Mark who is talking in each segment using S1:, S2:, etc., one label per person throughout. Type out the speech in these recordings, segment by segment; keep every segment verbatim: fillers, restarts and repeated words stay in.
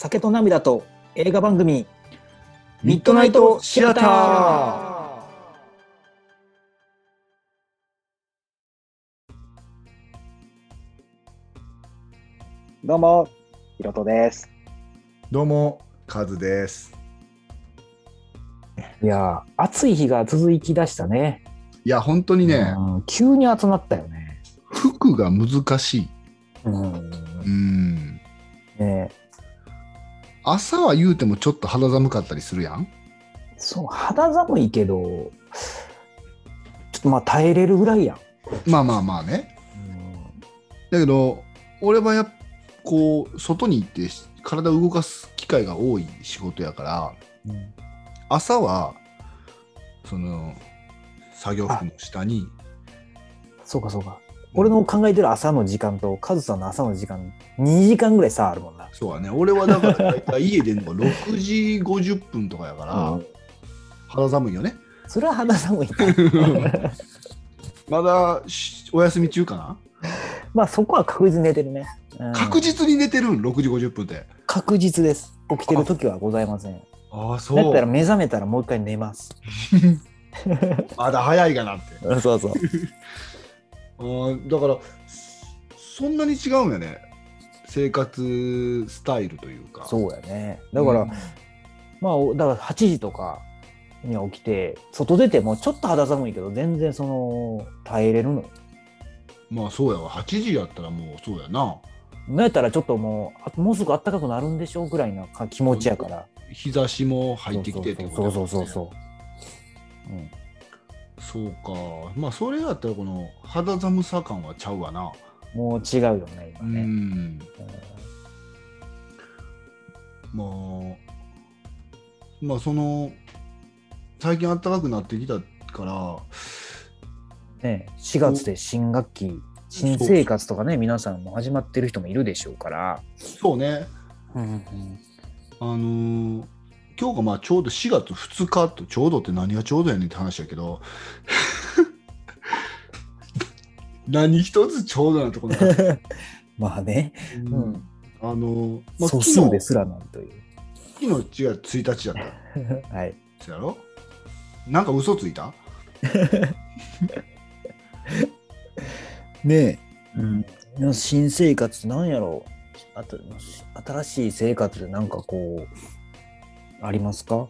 S1: 酒と涙と映画番組
S2: ミッドナイトシアター。
S3: どうも、ひろとです。
S2: どうも、カズです。
S1: いやー、暑い日が続き出したね。
S2: いや、本当にね、
S1: うん、急に暑なったよね。
S2: 服が難しい。
S1: うん。
S2: うーん。
S1: ね、
S2: 朝は言うてもちょっと肌寒かったりするやん。
S1: そう、肌寒いけど、ちょっとまあ耐えれるぐらいやん。
S2: まあまあまあね。だけど、俺はやっこう外に行って体を動かす機会が多い仕事やから、
S1: うん、
S2: 朝はその作業服の下に。
S1: そうかそうか。俺の考えてる朝の時間とカズさんの朝の時間にじかんぐらい差あるもんな。
S2: そうだね。俺はだからだいたい家出るのがろくじごじゅっぷんとかやから、うん、肌寒いよね。
S1: それは肌寒いな。
S2: まだお休み中かな。
S1: まあそこは確実に寝てるね。うん、
S2: 確実に寝てるろくじごじゅっぷんって。
S1: 確実です。起きてる時はございません。
S2: ああ、そう。
S1: だったら目覚めたらもう一回寝ます。
S2: まだ早いかなって。
S1: そうそう。
S2: あだからそんなに違うんやね。生活スタイルというか。
S1: そうやね。だから、うん、まあだからはちじとかには起きて外出てもちょっと肌寒いけど全然その耐えれるのよ。
S2: まあそうやわ。はちじやったらもうそうやな。
S1: なんやったらちょっともうもうすぐ暖かくなるんでしょうぐらいな気持ちやから。
S2: 日差しも入ってきてってことだよね。
S1: そうそうそうそう。うん。
S2: そうか。まあそれやったらこの肌寒さ感はちゃうわな。
S1: もう違うよね今ね。うん。うん、
S2: まあまあその最近暖かくなってきたから。
S1: ね、しがつで新学期新生活とかね皆さんも始まってる人もいるでしょうから。
S2: そうね、うんうん、あのー、今日がまあちょうどしがつふつかとちょうどって何がちょうどやねんって話だけど何一つちょうどなところ
S1: まあね、うん、
S2: あのーまあ、
S1: 素数ですらないという。
S2: 昨日違うついたちだった
S1: はい。
S2: そうやろ。なんか嘘ついた
S1: ねえ、うん、新生活って何やろう。あと新しい生活で何かこうありますか？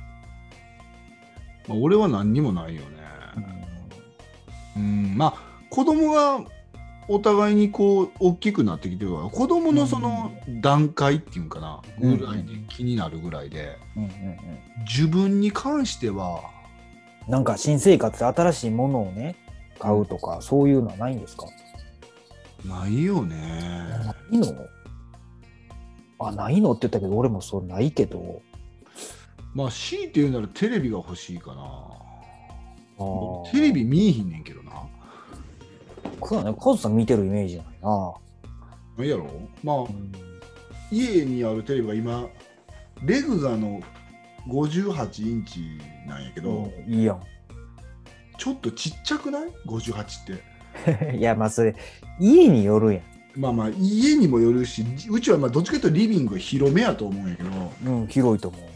S2: まあ、俺は何にもないよね。うん、うん、まあ子供がお互いにこう大きくなってきてるから子供のその段階っていうかな、うん、ぐらいで気になるぐらいで、うんうんうん、自分に関しては
S1: なんか新生活で新しいものをね買うとか、うん、そういうのはないんですか？
S2: ないよね。
S1: ないの？あ、ないのって言ったけど俺もそうないけど。
S2: まあ強いて言うならテレビが欲しいかな。あテレビ見えひんねんけどな。
S1: そうだね、カズさん見てるイメージないな。
S2: 何やろ。まあ、うん、家にあるテレビが今レグザのごじゅうはちインチなんやけど、
S1: うん、いいやん。
S2: ちょっとちっちゃくない ?ごじゅうはち って
S1: いやまあそれ家によるやん。
S2: まあまあ家にもよるし、うちはまあどっちかというとリビング広めやと思うんやけど、
S1: うん、広いと思う。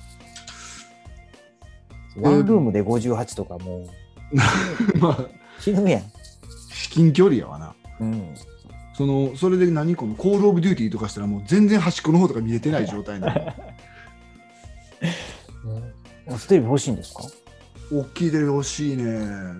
S1: ワンルームでごじゅうはちとかもうまあ死ぬやん。
S2: 至近距離やわな。
S1: うん。
S2: そのそれで何このコールオブデューティーとかしたらもう全然端っこの方とか見えてない状態なの。
S1: うん、テレビ欲しいんですか？
S2: 大きいテレビ欲しいね。うん、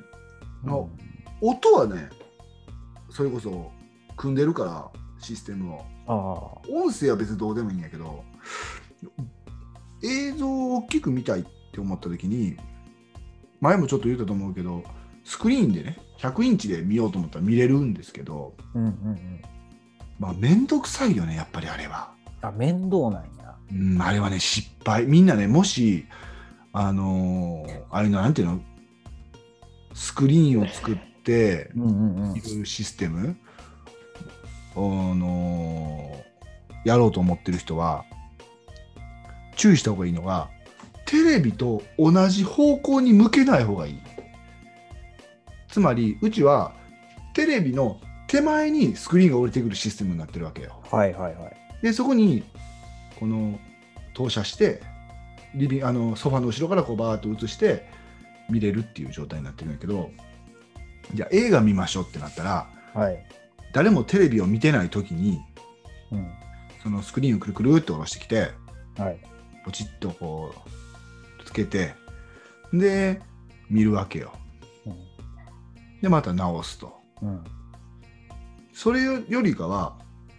S2: 音はね、それこそ組んでるからシステムを。あ音声は別にどうでもいいんやけど、映像を大きく見たいって思った時に、前もちょっと言ったと思うけど、スクリーンでねひゃくインチで見ようと思ったら見れるんですけど、うんうんうん、まあ面倒くさいよねやっぱりあれは。
S1: あ、面倒なんや。
S2: うん、あれはね失敗。みんなねもしあのー、ああいうのなんていうのスクリーンを作っていうシステム、うんうんうん、あのー、やろうと思ってる人は注意した方がいいのがテレビと同じ方向に向けない方がいい。つまりうちはテレビの手前にスクリーンが降りてくるシステムになってるわけよ。
S1: はいはいはい。
S2: でそこにこの投射してリビあのソファの後ろからこうバーッと映して見れるっていう状態になってるんだけど、じゃあ映画見ましょうってなったら、
S1: はい、
S2: 誰もテレビを見てない時に、
S1: うん、
S2: そのスクリーンをくるくるって下ろしてきて、
S1: はい、
S2: ポチッとこうつけてで見るわけよ、うん、でまた直すと、うん、それよりかは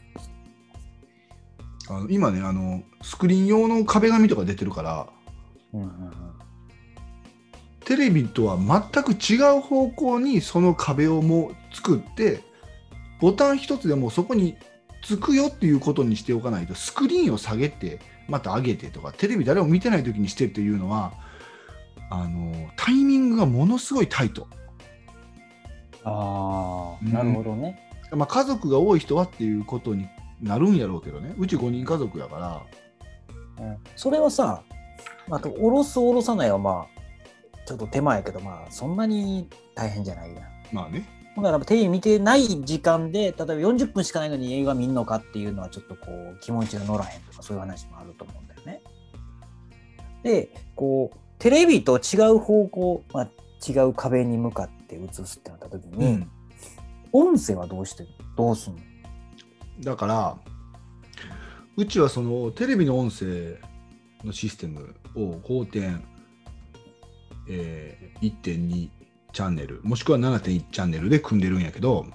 S2: あの今ねあのスクリーン用の壁紙とか出てるから、うんうんうん、テレビとは全く違う方向にその壁をもう作ってボタン一つでもそこにつくよっていうことにしておかないと、スクリーンを下げてまた上げてとかテレビ誰も見てない時にしてっていうのはあのタイミングがものすごいタイト。
S1: ああ、なるほどね、
S2: うん、まあ、家族が多い人はっていうことになるんやろうけどね、うちごにん家族やから、
S1: うん、それはさ、あと下ろす下ろさないはまあちょっと手間やけど、まあそんなに大変じゃないやん。
S2: まあね。
S1: だからテレビ見てない時間で例えばよんじゅっぷんしかないのに映画見んのかっていうのはちょっとこう気持ちが乗らへんとかそういう話もあると思うんだよね。でこうテレビと違う方向、まあ、違う壁に向かって映すってなった時に、うん、音声はどうしてどうすんの？
S2: だからうちはそのテレビの音声のシステムを ごてんいってんに チャンネルもしくは ななてんいち チャンネルで組んでるんやけど、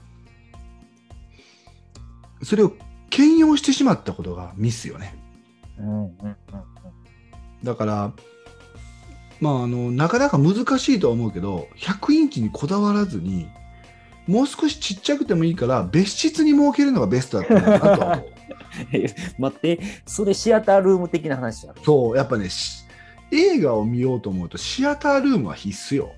S2: それを兼用してしまったことがミスよね、うんうんうんうん、だからまああのなかなか難しいとは思うけどひゃくインチにこだわらずにもう少しちっちゃくてもいいから別室に設けるのがベストだったなと思う
S1: 待ってそれシアタールーム的な話やろ。
S2: そうやっぱね映画を見ようと思うとシアタールームは必須よ。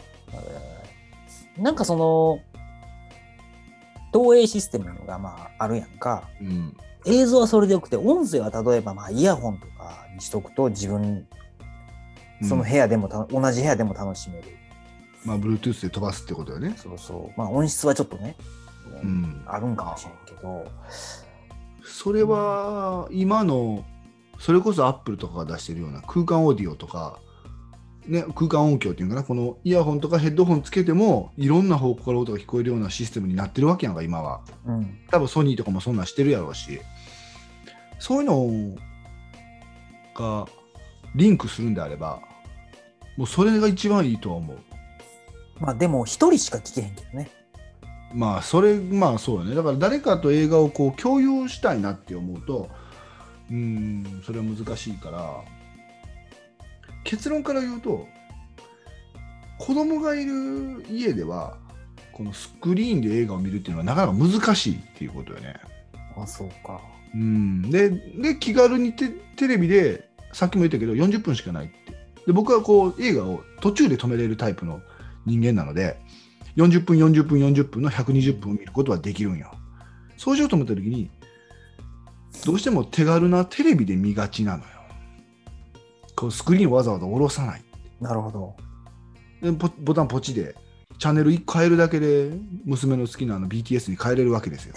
S1: なんかその投影システムがまああるやんか、うん、映像はそれでよくて音声は例えばまあイヤホンとかにしとくと自分その部屋でもた、うん、同じ部屋でも楽しめる。
S2: まあ Bluetooth で飛ばすってことよね。
S1: そうそうまあ音質はちょっとね、うん、あるんかもしれんけど、
S2: それは今のそれこそアップルとかが出してるような空間オーディオとか、ね、空間音響っていうかな、このイヤホンとかヘッドホンつけてもいろんな方向から音が聞こえるようなシステムになってるわけやんか今は、うん、多分ソニーとかもそんなんしてるやろうし、そういうのがリンクするんであればもうそれが一番いいとは思う。
S1: まあでも一人しか聞けへんけどね。
S2: まあそれまあそうよね。だから誰かと映画をこう共有したいなって思うとうーんそれは難しいから、結論から言うと子供がいる家ではこのスクリーンで映画を見るっていうのはなかなか難しいっていうことよね。
S1: あ、そうか。
S2: うんでで気軽に テ, テレビでさっきも言ったけどよんじゅっぷんしかないって。で僕はこう映画を途中で止めれるタイプの人間なのでよんじゅっぷんよんじゅっぷんよんじゅっぷんのひゃくにじゅっぷんを見ることはできるんよ。そうしようと思った時にどうしても手軽なテレビで見がちなのよ。こうスクリーンをわざわざ下ろさない。
S1: なるほど。
S2: で ボ, ボタンポチでチャンネルいっこ変えるだけで娘の好きなあの ビーティーエス に変えれるわけですよ。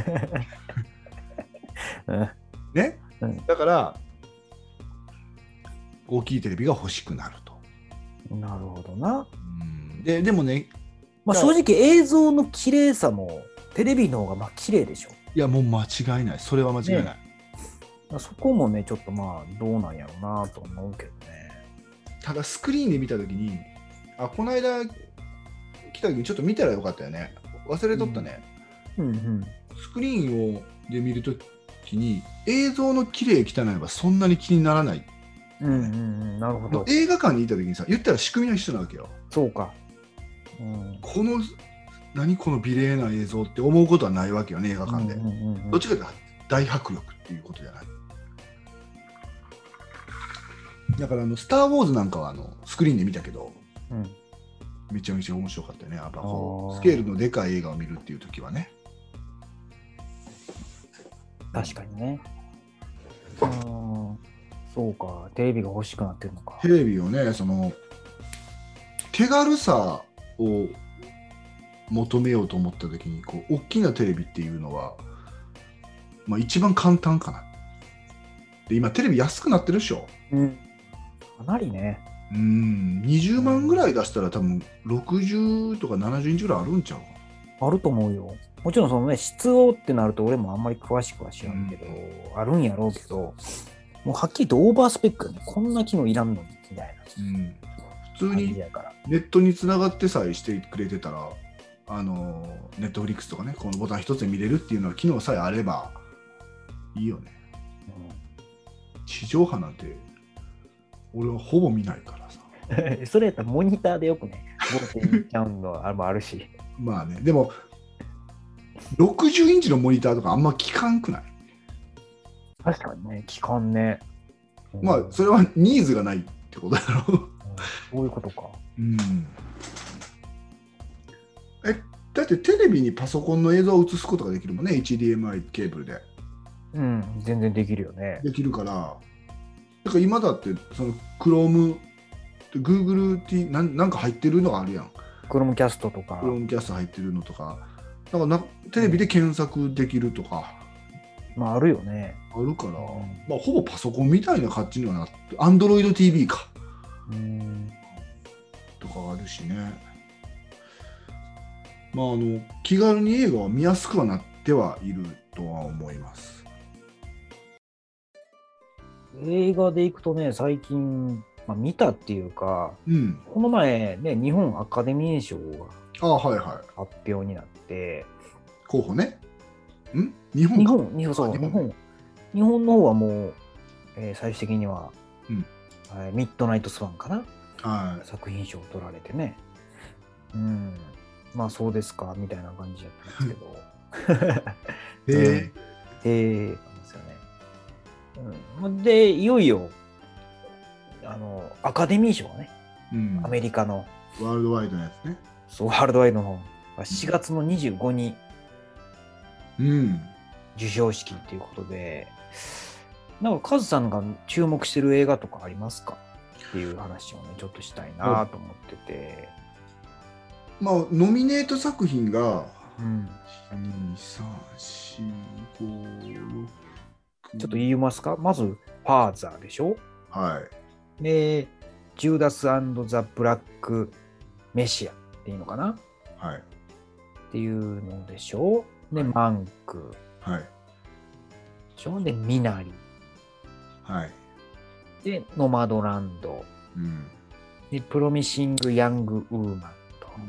S2: ね、うん、だから大きいテレビが欲しくなると。
S1: なるほどな。
S2: うんででもね、
S1: まあ、正直映像の綺麗さもテレビの方がまあ綺麗でしょ。
S2: いやもう間違いない。それは間違いない、ね、
S1: そこもねちょっとまあどうなんやろうなと思うけどね。
S2: ただスクリーンで見たときにあこの間来た時にちょっと見たらよかったよね。忘れとったね、うんうんうん、スクリーンをで見るときに映像の綺麗汚いはそんなに気にならない、
S1: うんうんうん、なるほど。
S2: 映画館にいたときにさ言ったら仕組みは一緒なわけよ。
S1: そうか、
S2: うん、この何この美麗な映像って思うことはないわけよね映画館で、うんうんうんうん、どっちかというと大迫力っていうことじゃない。だからあのスター・ウォーズなんかはあのスクリーンで見たけど、うん、めちゃめちゃ面白かったよね。やっぱこうスケールのでかい映画を見るっていうときはね。
S1: 確かにね。うん、そうか、テレビが欲しくなってるのか。
S2: テレビをね、その手軽さを求めようと思ったときにこう大きなテレビっていうのは、まあ、一番簡単かな。 で今テレビ安くなってるでしょ。
S1: うん、かなりね。
S2: うん、にじゅうまんぐらい出したら多分ろくじゅうとかななじゅうインチぐらいあるんちゃうかな。
S1: あると思うよ。もちろんそのね、質をってなると俺もあんまり詳しくは知らんけど、うん、あるんやろうけど、もうはっきりとオーバースペックね、こんな機能いらんのにみたいな。
S2: うん、普通にネットにつながってさえしてくれてたら、あのネットフリックスとかね、このボタン一つで見れるっていうのは機能さえあればいいよね。うん、地上波なんて俺はほぼ見ないからさ。
S1: それやったらモニターでよくね、ごてんいちちゃうのもあるし。
S2: まあね、でもろくじゅうインチのモニターとかあんま効かんくない？
S1: 確かにね、効かんね。
S2: うん、まあそれはニーズがないってことだろう。うん、
S1: そういうことか。
S2: うん。え、だってテレビにパソコンの映像を映すことができるもんね、エイチディーエムアイ ケーブルで。
S1: うん、全然できるよね。
S2: できるから、だから今だってその Chrome、Google T なん、なんか入ってるのがあるやん。
S1: Chromecast とか。
S2: Chromecast 入ってるのとか、だからなテレビで検索できるとか。
S1: うん、まああるよね。
S2: あるから、うん、まあほぼパソコンみたいな感じにはなって、Android ティーブイ か。うん。とかあるしね。まああの気軽に映画は見やすくはなってはいるとは思います。
S1: 映画で行くとね、最近、まあ、見たっていうか、うん、この前ね、日本アカデミー賞が発表になって、
S2: 候補ね。ん日本
S1: 日本、日本、そう、日本、日本、日本の方はもう、えー、最終的には、うんえー、ミッドナイトスワンかな、はい、作品賞を取られてね。うん、まあそうですか、みたいな感じだったんですけど。
S2: へえ。
S1: へえ、なんですよね。うん、で、いよいよ、あの、アカデミー賞ね、うん、アメリカの。
S2: ワールドワイドのやつね。
S1: そう、ワールドワイドのしがつのにじゅうごにちに、うん、授賞式ということで、なんかカズさんが注目してる映画とかありますかっていう話をね、ちょっとしたいなと思ってて。
S2: まあ、ノミネート作品が、うん、に、さん、よん、ご、ろく
S1: ちょっと言いますか。まず、ファーザーでしょ。
S2: はい。
S1: で、ジューダス&ザ・ブラック・メシアっていうのかな。
S2: はい。
S1: っていうのでしょ。で、はい、マンク。
S2: はい。
S1: でしょ。で、ミナリ。
S2: はい。
S1: で、ノマドランド。うん。で、プロミシング・ヤング・ウーマンと。うん。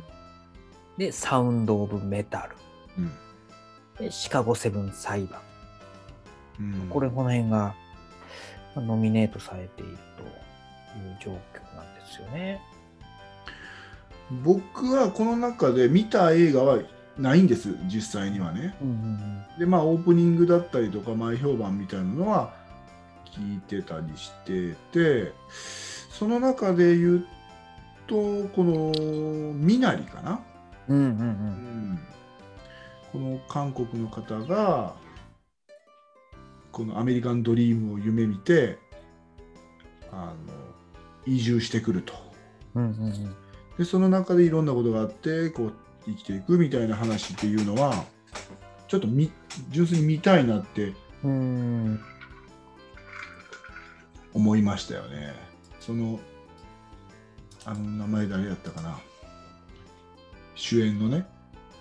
S1: で、サウンド・オブ・メタル。うん。で、シカゴ・セブン裁判。うん、これこの辺がノミネートされているという状況なんですよね。
S2: 僕はこの中で見た映画はないんです、実際にはね。うんうんうん、でまあオープニングだったりとか前評判みたいなのは聞いてたりしてて、その中で言うとこのミナリかな、うんうんうんうん、この韓国の方がこのアメリカンドリームを夢見てあの移住してくると、うんうんうん、でその中でいろんなことがあってこう生きていくみたいな話っていうのはちょっとみ純粋に見たいなってうん思いましたよね。そのあの名前誰やったかな、主演のね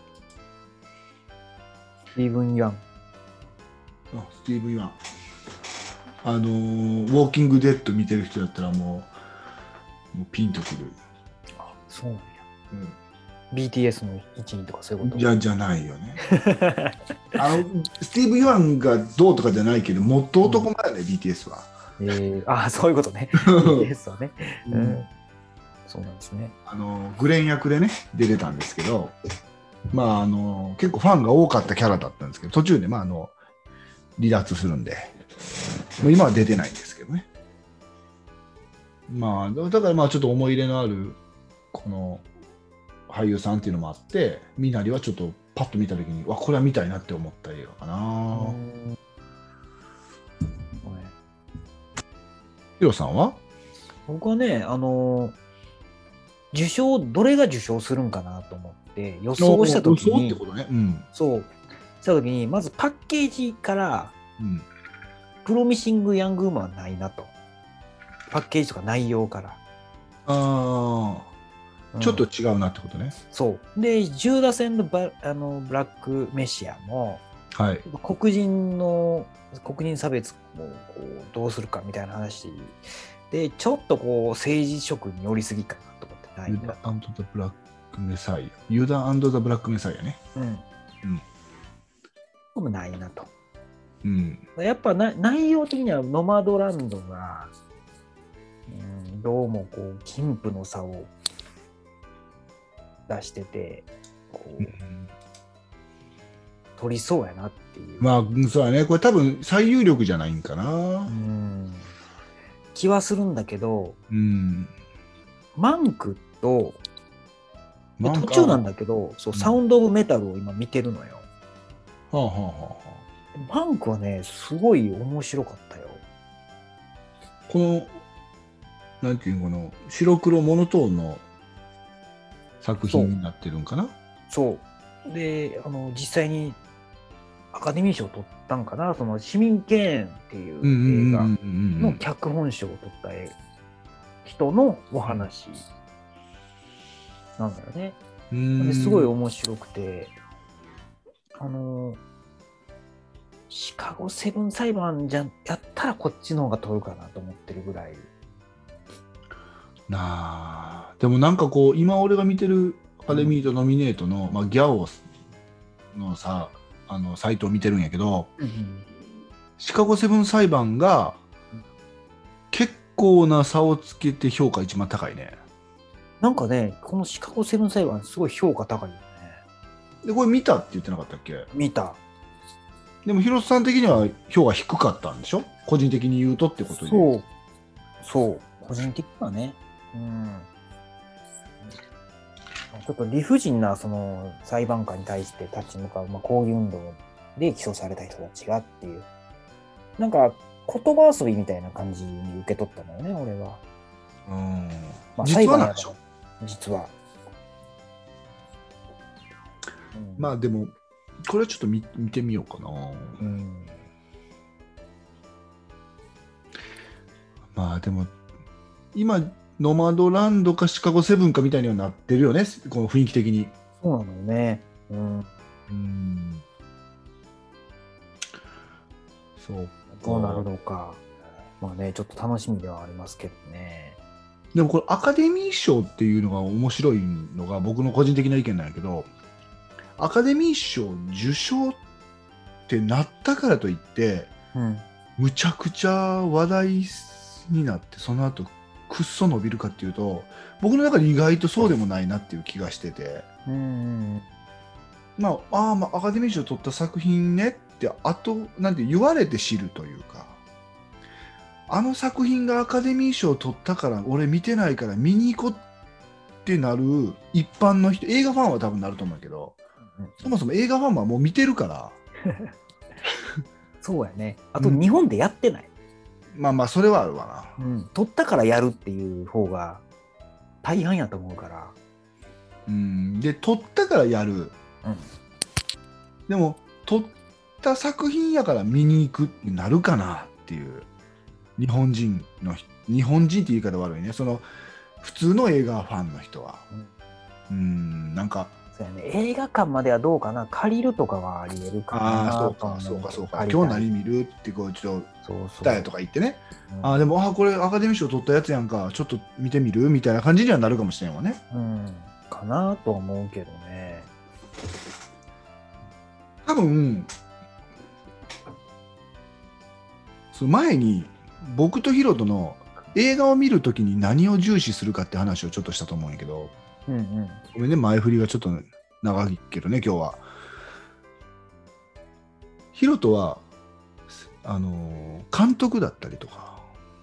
S1: スティーブン・ヤン
S2: あスティーブン・ヤンあのー、ウォーキングデッド見てる人だったらもう、もうピンとくる。
S1: あ、そうなんや、うん、ビーティーエス のいちにんとかそういうこと
S2: じゃじゃないよねあのスティーブン・ヤンがどうとかじゃないけどもっと男前だね、うん、ビーティーエス は、
S1: えー、あそういうことねビーティーエス はね、うんうん、そうなんですね。
S2: あのグレン役でね出てたんですけど、まああの結構ファンが多かったキャラだったんですけど途中でまああの離脱するんでもう今は出てないんですけどね。まあだからまあちょっと思い入れのあるこの俳優さんっていうのもあってミナリはちょっとパッと見た時にわこれは見たいなって思った映画かな。ヒロさんは？
S1: 僕はねあの受賞どれが受賞するんかなと思って予想した時に、
S2: 予想ってことね、うん、
S1: そうした時にまずパッケージから、うん、 プロミシング・ヤング・ウーマンはないなと。パッケージとか内容から。
S2: ああ、ちょっと違うなってことね。
S1: そう。で、ジューダス&バあのブラック・メシアも、
S2: はい。
S1: 黒人の、黒人差別をこうどうするかみたいな話で、ちょっとこう政治色に寄りすぎかなと思ってない
S2: ユダ&ザ・ブラック・メサイア。ユダ&ザ・ブラック・メサイアね。
S1: うん。
S2: うん。
S1: でもないなと。
S2: うん。
S1: やっぱな内容的にはノマドランドが、うん、どうもこう貧富の差を出しててこう、うん、取りそうやなっていう。
S2: まあそうやね。これ多分最有力じゃないんかな。うん、
S1: 気はするんだけど、
S2: うん、
S1: マンクと途中なんだけど、そう、サウンド・オブ・メタルを今見てるのよ。
S2: はあはあはあ。
S1: マンクはね、すごい面白かったよ。
S2: この、なんていうの、この白黒モノトーンの作品になってるんかな。
S1: そう。で、あの、実際にアカデミー賞を取ったんかな、その市民権っていう映画の脚本賞を取った人のお話なんだよね。ですごい面白くて、あの、シカゴセブン裁判じゃやったらこっちの方が取るかなと思ってるぐらい。
S2: なあ、でもなんかこう今俺が見てるアカデミーとノミネートの、うんまあ、ギャオのさあのサイトを見てるんやけど、うんうん、シカゴセブン裁判が結構な差をつけて評価一番高いね。
S1: なんかね、このシカゴセブン裁判すごい評価高いよね。
S2: でこれ見たって言ってなかったっけ？
S1: 見た。
S2: でも広瀬さん的には評価低かったんでしょ？個人的に言うとってことで。
S1: そう。そう。個人的にはね。うん。ちょっと理不尽なその裁判官に対して立ち向かう、まあ、抗議運動で起訴された人たちがっていう。なんか言葉遊びみたいな感じに受け取ったのよね、俺は。
S2: うん。
S1: まあ、
S2: 実はなんでしょ？
S1: 実は。
S2: うん、まあでも、これはちょっと 見, 見てみようかな、うん、まあでも今ノマドランドかシカゴセブンかみたいにはなってるよね、この雰囲気的に。
S1: そうなのよね。うん、
S2: うんそう
S1: どうなるのか、まあね、ちょっと楽しみではありますけどね。
S2: でもこれアカデミー賞っていうのが面白いのが僕の個人的な意見なんやけど、アカデミー賞受賞ってなったからといって、うん、むちゃくちゃ話題になってその後くっそ伸びるかっていうと、僕の中で意外とそうでもないなっていう気がしてて、うん、まああまあアカデミー賞取った作品ねってあとなんて言われて知るというか、あの作品がアカデミー賞取ったから俺見てないから見に行こうってなる一般の人、映画ファンは多分なると思うけど、そもそも映画ファンはもう見てるから
S1: そうやね。あと日本でやってない、
S2: うん、まあまあそれはあるわ
S1: な、うん、撮ったからやるっていう方が大半やと思うから。
S2: うんで撮ったからやる、うん、でも撮った作品やから見に行くってなるかなっていう、日本人の日本人って言い方悪いね、その普通の映画ファンの人は、うん、うんなんか
S1: そうやね、映画館まではどうかな、借りるとかはあり得るかな。
S2: あそうかそうかそうか、今日何見るってこうちょっと来たやとか言ってね、うん、あでもあこれアカデミー賞取ったやつやんか、ちょっと見てみるみたいな感じにはなるかもしれんわね、
S1: うん、かなと思うけどね。
S2: 多分その前に僕とヒロトの映画を見るときに何を重視するかって話をちょっとしたと思うんやけど、うんうん、ごめんね前振りがちょっと長いけどね今日は。ヒロトはあの監督だったりとか、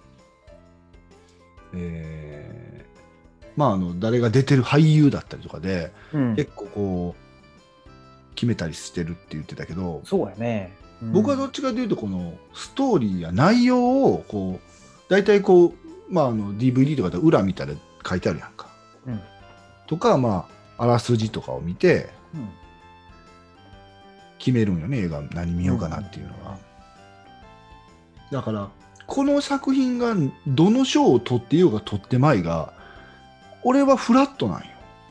S2: えー、まああの誰が出てる俳優だったりとかで、うん、結構こう決めたりしてるって言ってたけど、
S1: そうやね、
S2: うん、僕はどっちかというとこのストーリーや内容をこう大体こう、まあ、あの ディーブイディー とかで裏見たら書いてあるやんか、うん、とかまああらすじとかを見て決めるんよね、映画何見ようかなっていうのは、 だからこの作品がどの賞を取っていようが取ってまいが俺はフラットなんよ。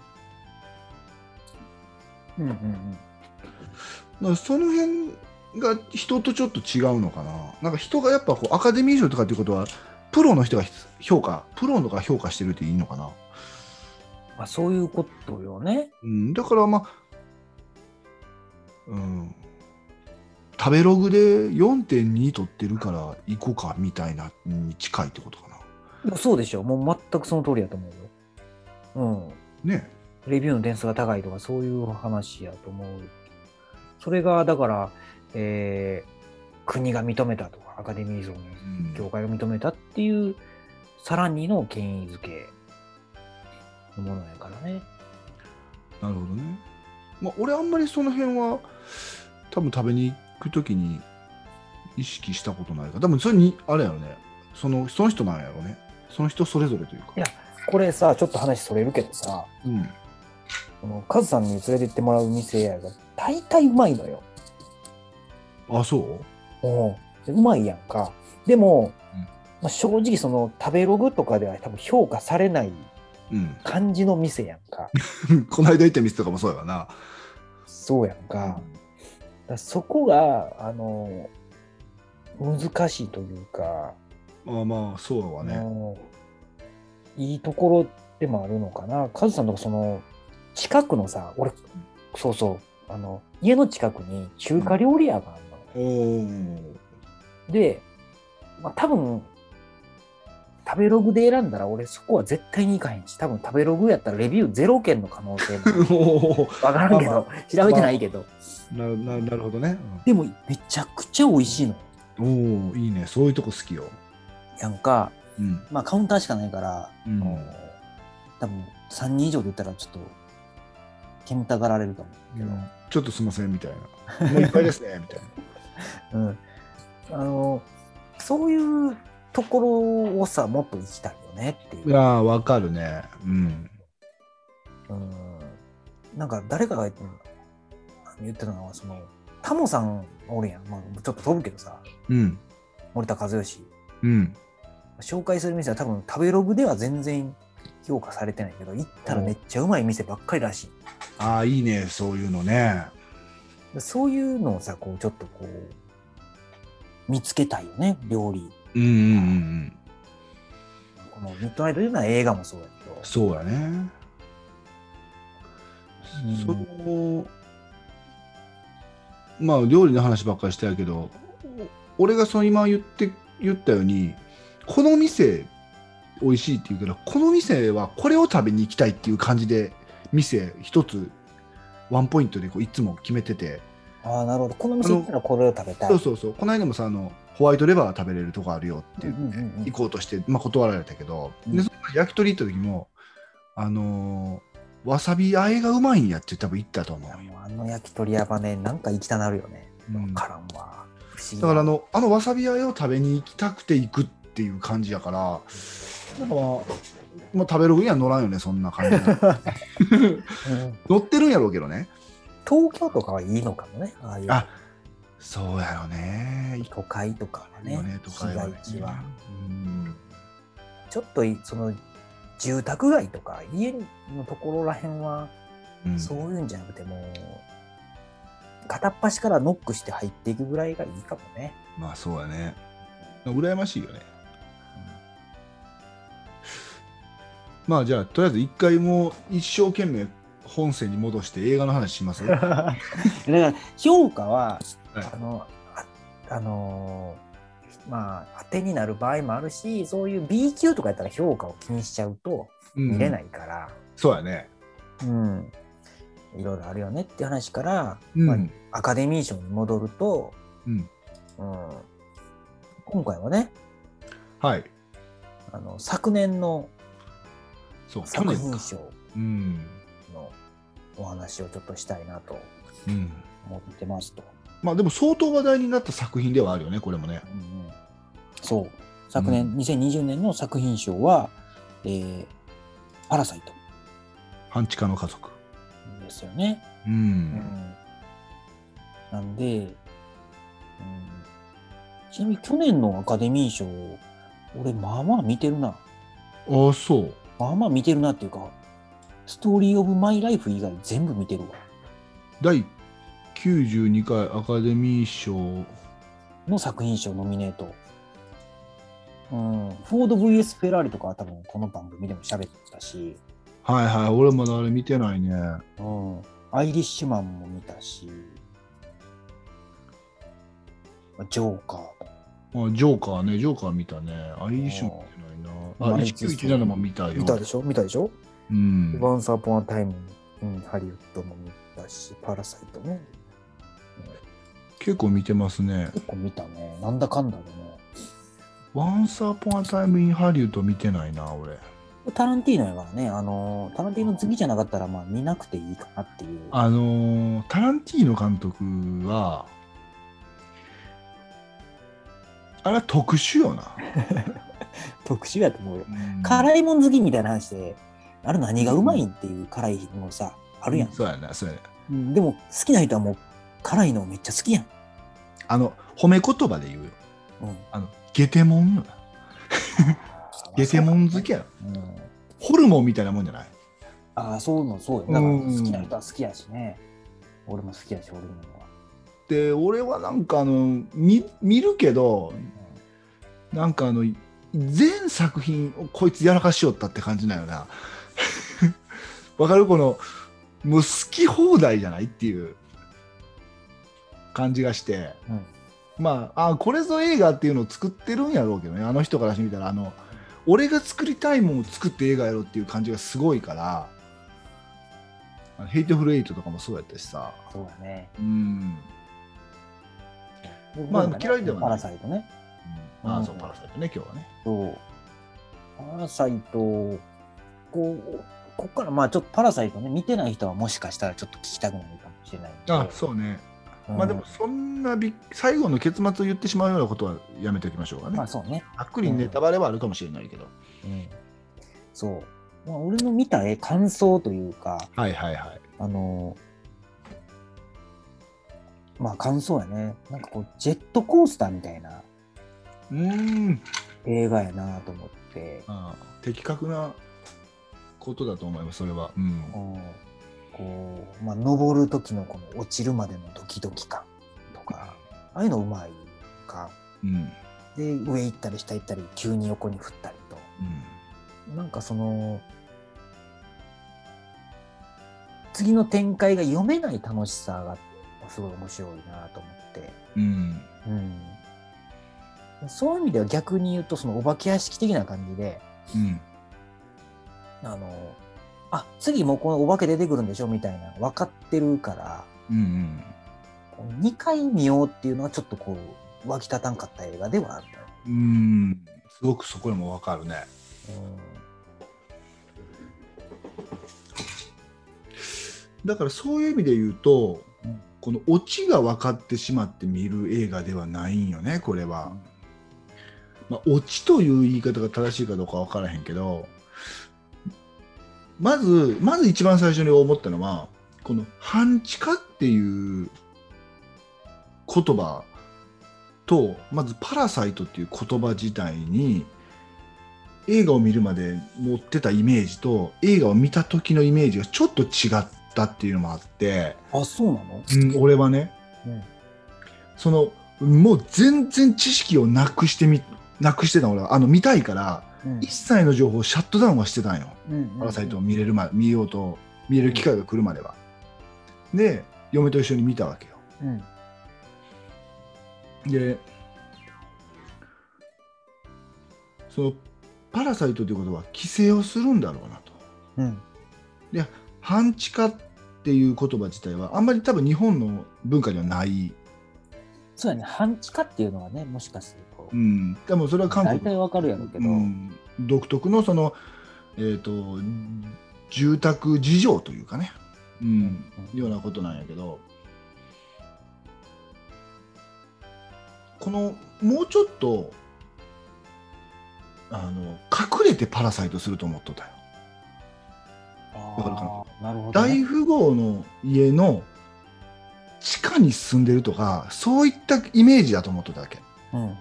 S1: うんうん
S2: だからその辺が人とちょっと違うのかな。なんか人がやっぱこうアカデミー賞とかっていうことはプロの人が評価プロのが評価してるっていいのかな。
S1: まあ、そういうことよね。
S2: うん、だからまあ、うん、食べログで よんてんに 取ってるから行こうかみたいなに近いってことかな。
S1: でもそうでしょ。もう全くその通りやと思うよ。うん。
S2: ね。
S1: レビューの点数が高いとかそういう話やと思う。それがだから、えー、国が認めたとかアカデミー賞の協会が認めたっていう、うん、さらにの権威づけのものやからね。
S2: なるほどね。まあ俺あんまりその辺は多分食べに行くときに意識したことないから、多分それにあれやろね。そのその人なんやろね。その人それぞれというか。
S1: いやこれさちょっと話それるけどさ、うん、このカズさんに連れて行ってもらう店やが大体うまいのよ。
S2: あ、そう？
S1: おう、うまいやんか。でも、うんまあ、正直その食べログとかでは多分評価されない感じの店やんか。
S2: うん、この間行った店とかもそうやわな。
S1: そうやんか。うん、だそこがあの難しいというか。
S2: まあまあそうはね。
S1: いいところでもあるのかな。カズさんとかその近くのさ、俺そうそうあの家の近くに中華料理屋があるの。うん、で、まあ、多分食べログで選んだら俺そこは絶対に行かへんし、多分食べログやったらレビューゼロ件の可能性もわからんけど、まあまあ、調べてないけど、
S2: まあ、な, な, なるほどね、うん、
S1: でもめちゃくちゃ美味しいの。
S2: おお、いいね、そういうとこ好きよ。
S1: やんか、うん、まあカウンターしかないから、うん、多分さんにん以上で言ったらちょっと煙たがられると思うけど、うん、
S2: ちょっとすいませんみたいな、もういっぱいですねみたい
S1: な、うん、あのそういうところをさもっと行きたいよねっていう。
S2: いやーわかるね。うん。
S1: うん。なんか誰かが言って言ってたのはそのタモさんおるやん、まあ、ちょっと飛ぶけどさ、うん、森田和義、うん、紹介する店は多分食べログでは全然評価されてないけど行ったらめっちゃうまい店ばっかりらしい。
S2: ああいいね、そういうのね。
S1: そういうのをさこうちょっとこう見つけたいよね、料理。
S2: うんうんうん。
S1: このミッドナイトというのは映画もそうだけど。
S2: そうやね。うん、そのまあ料理の話ばっかりしてるけど、俺がその今言って言ったようにこの店美味しいって言うけど、この店はこれを食べに行きたいっていう感じで店一つワンポイントでこういつも決めてて。
S1: ああなるほど、この店行ったらこれを食べたい。
S2: そうそうそう、この間もさあのホワイトレバー食べれるとこあるよって言って、うんうんうん、行こうとして、まあ、断られたけど、うん、でその焼き鳥行った時もあのー、わさびあえがうまいんやって多分言ったと思う。
S1: あの焼き鳥屋はねなんか行きたなるよね。わ、うん、からんわ。
S2: だからあのあのわさびあえを食べに行きたくて行くっていう感じやから、なんかまあもう食べログには乗らんよね、そんな感じ、うん、乗ってるんやろうけどね。
S1: 東京とかはいいのかもね、ああいう。
S2: あ、そうやろね。
S1: 都会とかはね、
S2: ね都会はね、
S1: 市街地は、うん、ちょっとその住宅街とか家のところらへんは、うん、そういうんじゃなくてもう片っ端からノックして入っていくぐらいがいいかもね。
S2: まあそうやね。羨ましいよね。うん、まあじゃあとりあえず一回もう一生懸命本線に戻して映画の話します。だ
S1: から評価は、はい、あの あ, あのー、まあ当てになる場合もあるし、そういう ビー級とかやったら評価を気にしちゃうと見れないから、うん、
S2: そうやね、
S1: うん、いろいろあるよねっていう話から、うんまあ、アカデミー賞に戻ると、うんうん、今回はね、
S2: はい、
S1: あの昨年の作品賞、
S2: うん
S1: のお話をちょっとしたいなと思ってますと、
S2: うん、まあでも相当話題になった作品ではあるよね、これもね、
S1: うんうん、そう昨年、うん、にせんにじゅうねんの作品賞は、えー、パラサイト
S2: 半地下の家族
S1: ですよね、
S2: うんうん、
S1: なんで、うん、 ちなみに去年のアカデミー賞、俺まあまあ見てるな。
S2: ああ、そう。
S1: まあまあ見てるなっていうか、ストーリーオブマイライフ以外全部見てるわ。
S2: だいきゅうじゅうにかいアカデミー賞
S1: の作品賞ノミネート。うん、フォード ブイエス フェラーリとかは多分この番組でも喋ってたし、
S2: はいはい、俺まだあれ見てないね。
S1: うん、アイリッシュマンも見たし、ジョーカーと
S2: あジョーカーね、ジョーカー見たね。アイリッシュも見てないな。あ、いちきゅういちななも見たよ。
S1: 見たでしょ見たでしょ
S2: うん。
S1: ワンサーポンアタイムin ハリウッドも見たし、パラサイトね。
S2: 結構見てますね。
S1: 結構見たね。なんだかんだでね。
S2: ワンサーポンアタイムインハリウッド見てないな、俺。
S1: タランティーノやからね、あの、タランティーノ好きじゃなかったら、まあ見なくていいかなっていう。
S2: あのー、タランティーノ監督は、あれは特殊よな。
S1: 特殊やと思うよ。
S2: うん
S1: 辛いもん好きみたいな話で、あれ何がうまいんっていう辛いのさ、あるやん。
S2: そうやな、そうやな。
S1: うんでも好きな人はもう辛いのめっちゃ好きやん。
S2: あの、褒め言葉で言うよ。
S1: うん、
S2: あの、ゲテモンよな。ゲテモン好きやろ。
S1: うん、
S2: ホルモンみたいなもんじゃない？
S1: ああ、そういうのそうよ。だから
S2: うん
S1: 好きな人は好きやしね。俺も好きやし、ホルモンは。
S2: で、俺はなんかあの、見、見るけど、なんかあの、全作品をこいつやらかしよったって感じなんよな。わかる？この、もう好き放題じゃないっていう感じがして、
S1: うん
S2: まあ、あ、これぞ映画っていうのを作ってるんやろうけどね、あの人からしてみたら、あの、俺が作りたいものを作って映画やろうっていう感じがすごいから、あのヘイトフルエイトとかもそうやったしさ、
S1: そうだね。
S2: うん。
S1: まあ、
S2: まあ嫌いではない
S1: パラサイトね。
S2: うん、ああ、そう、パラサイトね、今日はね。
S1: そう。パラサイト、こう、こっからまあちょっとパラサイトね、見てない人はもしかしたらちょっと聞きたくなるかもしれないんで。
S2: あ、そうね。
S1: うん
S2: まあでも、そんなび最後の結末を言ってしまうようなことはやめておきましょうかね。
S1: まあそうね。
S2: ざっくりネタバレはあるかもしれないけど。
S1: うん。そう。まあ、俺の見た絵、感想というか、
S2: はいはいはい。
S1: あの、まあ感想やね。なんかこう、ジェットコースターみたいな
S2: うーん。
S1: 映画やなと思って、
S2: ああ、的確なことだと思います、それは。うん。
S1: うんこう、まあ、登る時のこの落ちるまでのドキドキ感とか、ああいうのうまいか。
S2: うん。
S1: で、上行ったり下行ったり、急に横に振ったりと。
S2: うん。
S1: なんかその、次の展開が読めない楽しさがすごい面白いなと思って。
S2: うん。
S1: うん。そういう意味では逆に言うと、そのお化け屋敷的な感じで、
S2: うん。
S1: あの、あ、次もうこのお化け出てくるんでしょみたいな分かってるから、
S2: うんうん、
S1: にかい見ようっていうのはちょっとこう湧き立たんかった映画ではある。
S2: うん、すごくそこでも分かるね。うん、だからそういう意味で言うと、うん、このオチが分かってしまって見る映画ではないんよね、これは。うん、まあ、オチという言い方が正しいかどうか分からへんけど、まず、まず一番最初に思ったのは、この半地下っていう言葉と、まずパラサイトっていう言葉自体に、映画を見るまで持ってたイメージと、映画を見た時のイメージがちょっと違ったっていうのもあって、
S1: あ、そうなの？
S2: うん、俺はね、うん、その、もう全然知識をなくしてみ、なくしてた俺は、あの、見たいから、うん、一切の情報をシャットダウンはしてたんよ。うんうんうん、パラサイトを見れるまで、見ようと、見れる機会が来るまでは。うん、で、嫁と一緒に見たわけよ。うん、で、その、パラサイトということは、規制をするんだろうなと。うん、で、半地下っていう言葉自体は、あんまり多分日本の文化にはない。
S1: そうやね、半地下っていうのはね、もしかすると。
S2: うん、でもそれは韓国
S1: 大体わかるやろうけど、うん、
S2: 独特のその、えーと、住宅事情というかね、うん、うん、ようなことなんやけど、このもうちょっとあの隠れてパラサイトすると思っとったよ。わかるかな？なるほどね。大富豪の家の地下に住んでるとか、そういったイメージだと思っとったわけ。
S1: うんうんうん、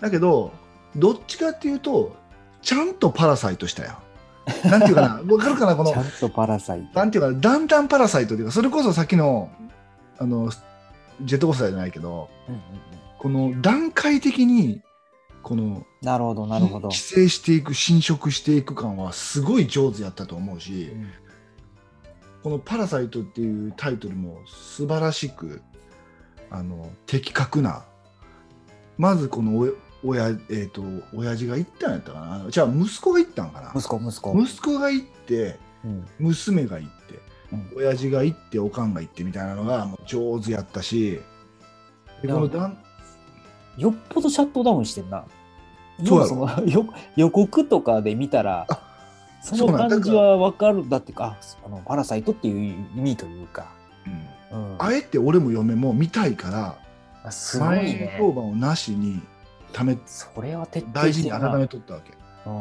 S2: だけどどっちかっていうとちゃんとパラサイトしたよ。なんていうかな、わかるかな、この
S1: ちゃんとパラサイト。
S2: なんていうかな、だんだんパラサイトというか、それこそさっきのあのジェットコースターじゃないけど、
S1: うんうんうん、
S2: この段階的にこの
S1: なるほどなるほど。
S2: 規制していく、侵食していく感はすごい上手やったと思うし、うん、このパラサイトっていうタイトルも素晴らしくあの的確な、まずこのお親、えーと、親父が行ったんやったかな、じゃあ息子が行ったんかな、
S1: 息子息子
S2: 息子が行って、うん、娘が行って、うん、親父が行っておかんが行ってみたいなのがもう上手やったし、でこのだん
S1: よっぽどシャットダウンしてんな。そうその予告とかで見たらその感じは分かる。だってかあのパラサイトっていう意味というか、
S2: うんうん、あえて俺も嫁も見たいから
S1: すごいね、
S2: 前評判をなしにため
S1: それは徹底
S2: 大事に温めとったわけ。うん、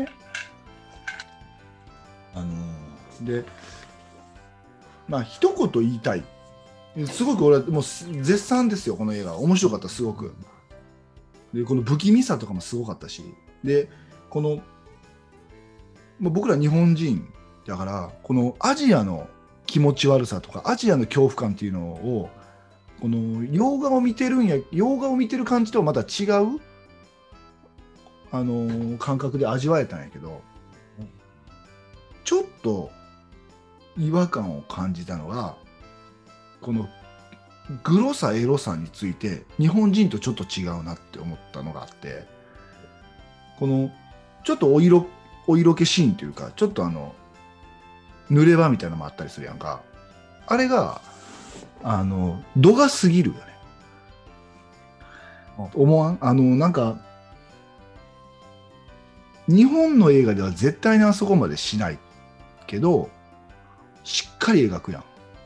S2: であのー、でまあ一言言いたい、すごく俺はもう絶賛ですよ、この映画面白かった、すごく。でこの不気味さとかもすごかったし、でこのもう僕ら日本人だからこのアジアの気持ち悪さとかアジアの恐怖感っていうのをこの洋画を見てるんや洋画を見てる感じとはまた違うあのー、感覚で味わえたんやけど、ちょっと違和感を感じたのがこのグロさエロさについて日本人とちょっと違うなって思ったのがあって、このちょっとお色お色気シーンというかちょっとあの濡れ場みたいなのもあったりするやんか、あれがあの度が過ぎるよね、うん、思わん？あのなんか日本の映画では絶対にあそこまでしないけどしっかり描くやん。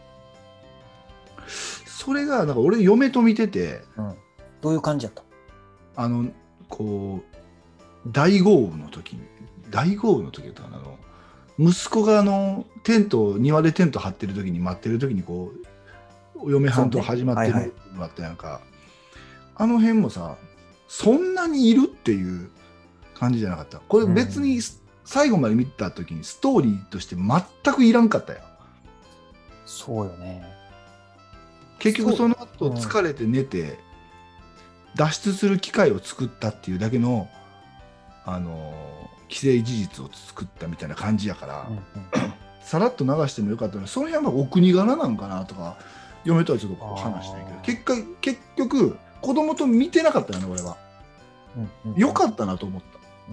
S2: それがなんか俺嫁と見てて、
S1: うん、どういう感じだった？
S2: あのこう大豪雨の時に大豪雨の時だったかな、あの息子があのテント庭でテント張ってる時に待ってる時にこう嫁はんと始まってるのがあったやんか、ねはいはい、あの辺もさそんなにいるっていう感じじゃなかった。これ別に最後まで見た時にストーリーとして全くいらんかったよ。
S1: そうよね。
S2: 結局その後疲れて寝て脱出する機会を作ったっていうだけのあの既成事実を作ったみたいな感じやから、うんうん、さらっと流してもよかったのに、その辺はお国柄なんかなとか嫁とはちょっと話したいけど、結果結局子供と見てなかったよね俺は、うんうん、よかったなと思った。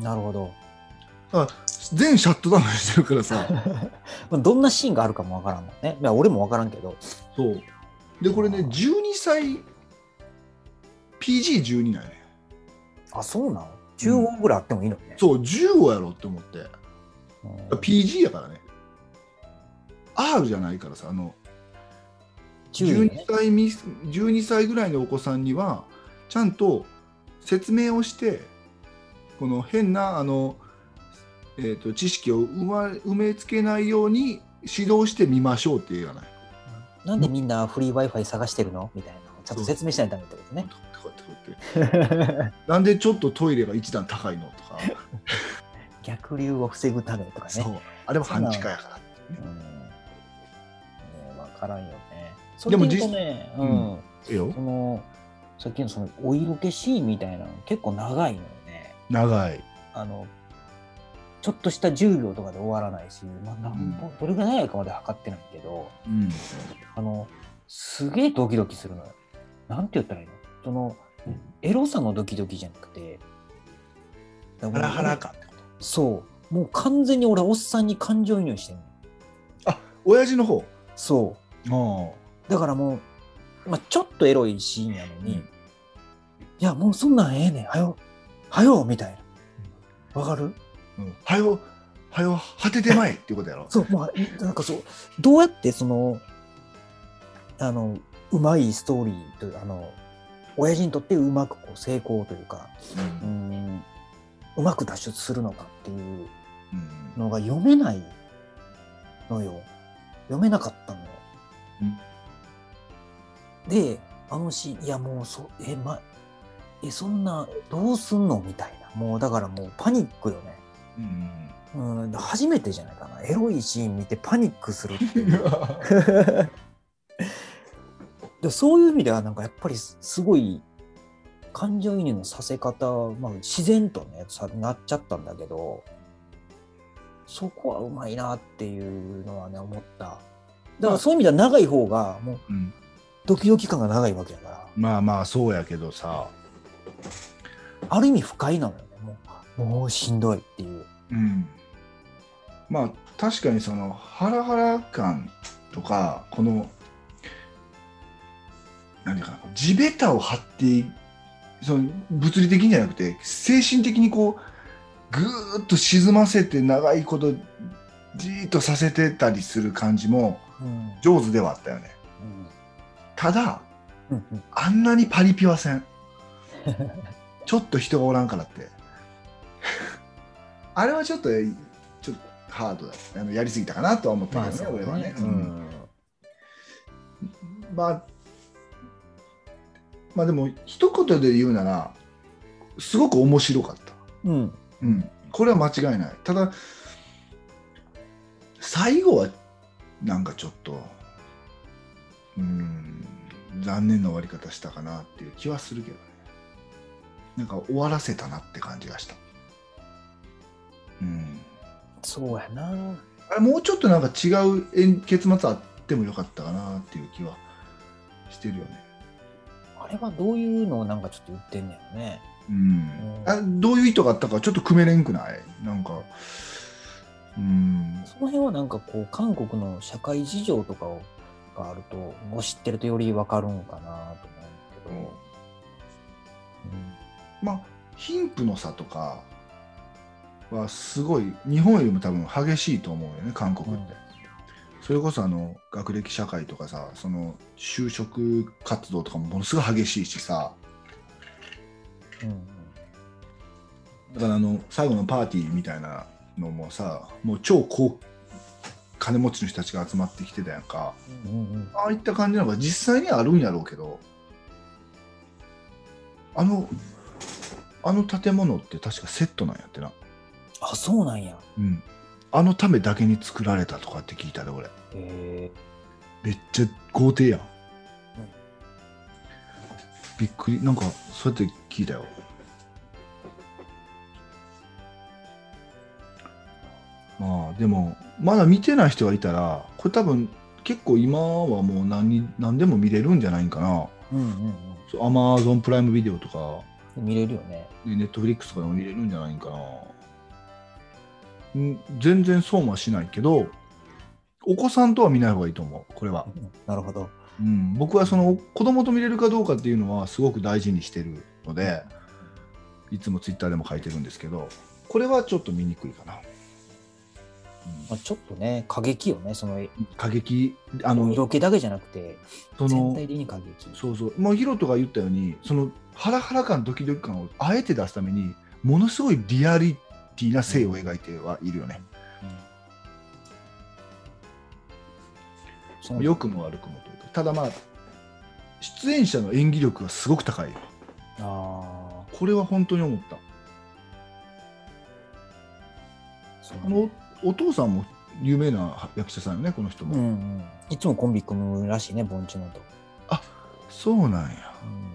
S1: なるほど。
S2: だから全シャットダウンしてるからさ
S1: どんなシーンがあるかもわからんもんね。いや俺もわからんけど。
S2: そうでこれねじゅうにさい ピージーじゅうに なんやね。
S1: あ、そうなの？じゅうごぐらいあってもいいのね、うん、
S2: そうじゅうごやろって思って、うん、ピージー やからね アール じゃないからさ、あのじゅうにさい、じゅうにさいぐらいのお子さんにはちゃんと説明をしてこの変なあの、えーと、知識を埋、ま、埋め付けないように指導してみましょうっていう映画ない。
S1: なんでみんなフリー Wi-Fi 探してるのみたいなちゃんと説明しないとダメってことね。
S2: なんでちょっとトイレが一段高いのとか
S1: 逆流を防ぐためとかね。
S2: そうあれも半地下やからってね。
S1: うん、ね、分からんよね。それで言うとね、うん、えよそのさっきのそのお色気シーンみたいなの結構長いのよね。
S2: 長い。
S1: あのちょっとしたじゅうびょうとかで終わらないし、まあ、なんうん、どれぐらい長いかまで測ってないけど、うん、あのすげえドキドキするのよ。なんて言ったらいいの？そのエロさのドキドキじゃなくて、
S2: ハラハラ感ってこと？
S1: そう、もう完全に俺おっさんに感情移入してるの。
S2: あ、親父の方。
S1: そう。あだからもう、まあ、ちょっとエロいシーンやのに、うん、いやもうそんなんええねん、はよはよみたいな。わかる？
S2: うん、はよはよ果ててまいっていうことやろ。
S1: そう、まあ、なんかそうどうやってそのあのうまいストーリーというあの親父にとってうまくこう成功というか、うん、うんうまく脱出するのかっていうのが読めないのよ。読めなかったのよ。うん、であのシーン、いやもうそえまえそんなどうすんのみたいな、もうだからもうパニックよね。うん、うん、初めてじゃないかな、エロいシーン見てパニックするっていうでそういう意味ではなんかやっぱりすごい感情移入のさせ方、まあ、自然とねさなっちゃったんだけど、そこはうまいなっていうのはね思った。だからそういう意味では長い方がもうドキドキ感が長いわけだから、
S2: まあまあそうやけどさ、
S1: ある意味不快なのよね。もう、もうしんどいっていう、
S2: うん、まあ確かにそのハラハラ感とかこの何かな、地べたを張ってその物理的にじゃなくて精神的にこうぐーっと沈ませて長いことじーっとさせてたりする感じも上手ではあったよね、うん、ただ、うんうん、あんなにパリピはせんちょっと人がおらんからってあれはちょっとちょっとハードだ、あのやりすぎたかなとは思ったけどね、まあ、俺はね、うんうん、まあまあでも一言で言うならすごく面白かった、うんうん、これは間違いない。ただ最後はなんかちょっとうーん残念な終わり方したかなっていう気はするけどね。なんか終わらせたなって感じがした。うん、
S1: そうやな。
S2: あれもうちょっとなんか違う結末あってもよかったかなっていう気はしてるよね。
S1: あれはどういうのをなんかちょっと言ってんねんね。
S2: うん、あどういう意図があったかちょっと組めれんくない？なんか、
S1: うん、その辺はなんかこう韓国の社会事情とかがあるともう知ってるとより分かるんかなと思うんだけど、うんうん、
S2: まあ貧富の差とかはすごい日本よりも多分激しいと思うよね、韓国って、うん、それこそあの学歴社会とかさ、その就職活動とかもものすごい激しいしさ、うん、だからあの最後のパーティーみたいなのもさ、もう超高金持ちの人たちが集まってきてたやんか、うんうんうん、ああいった感じなのが実際にはあるんやろうけど、あのあの建物って確かセットなんやってな。
S1: あ、そうなんや。
S2: うん。あのためだけに作られたとかって聞いたで俺。へー。めっちゃ豪邸やん。うん、びっくり、なんかそうやって聞いたよ。まあでもまだ見てない人がいたら、これ多分結構今はもう 何, 何でも見れるんじゃないんかな。うんうんうん。アマゾンプライムビデオとか
S1: 見れるよね。
S2: ネットフリックスとかでも見れるんじゃないんかな。全然損はしないけど、お子さんとは見ない方がいいと思う、これは。
S1: なるほど。
S2: うん、僕はその子供と見れるかどうかっていうのはすごく大事にしてるので、いつもツイッターでも書いてるんですけど、これはちょっと見にくいかな。うん、
S1: まあ、ちょっとね、過激よね、その
S2: 過激、
S1: あの色気だけじゃなくて、その全体的に過激。
S2: そうそう、もうヒロトが言ったように、そのハラハラ感、ドキドキ感をあえて出すために、ものすごいリアリティな性を描いてはいるよね。うんうん、良くも悪くもというか、ただまあ出演者の演技力がすごく高いよ。あ、これは本当に思った。あのお父さんも有名な役者さんよね、この人も。うんうん、
S1: いつもコンビ組むらしいね、ボンチノと。
S2: あ、そうなんや。うん、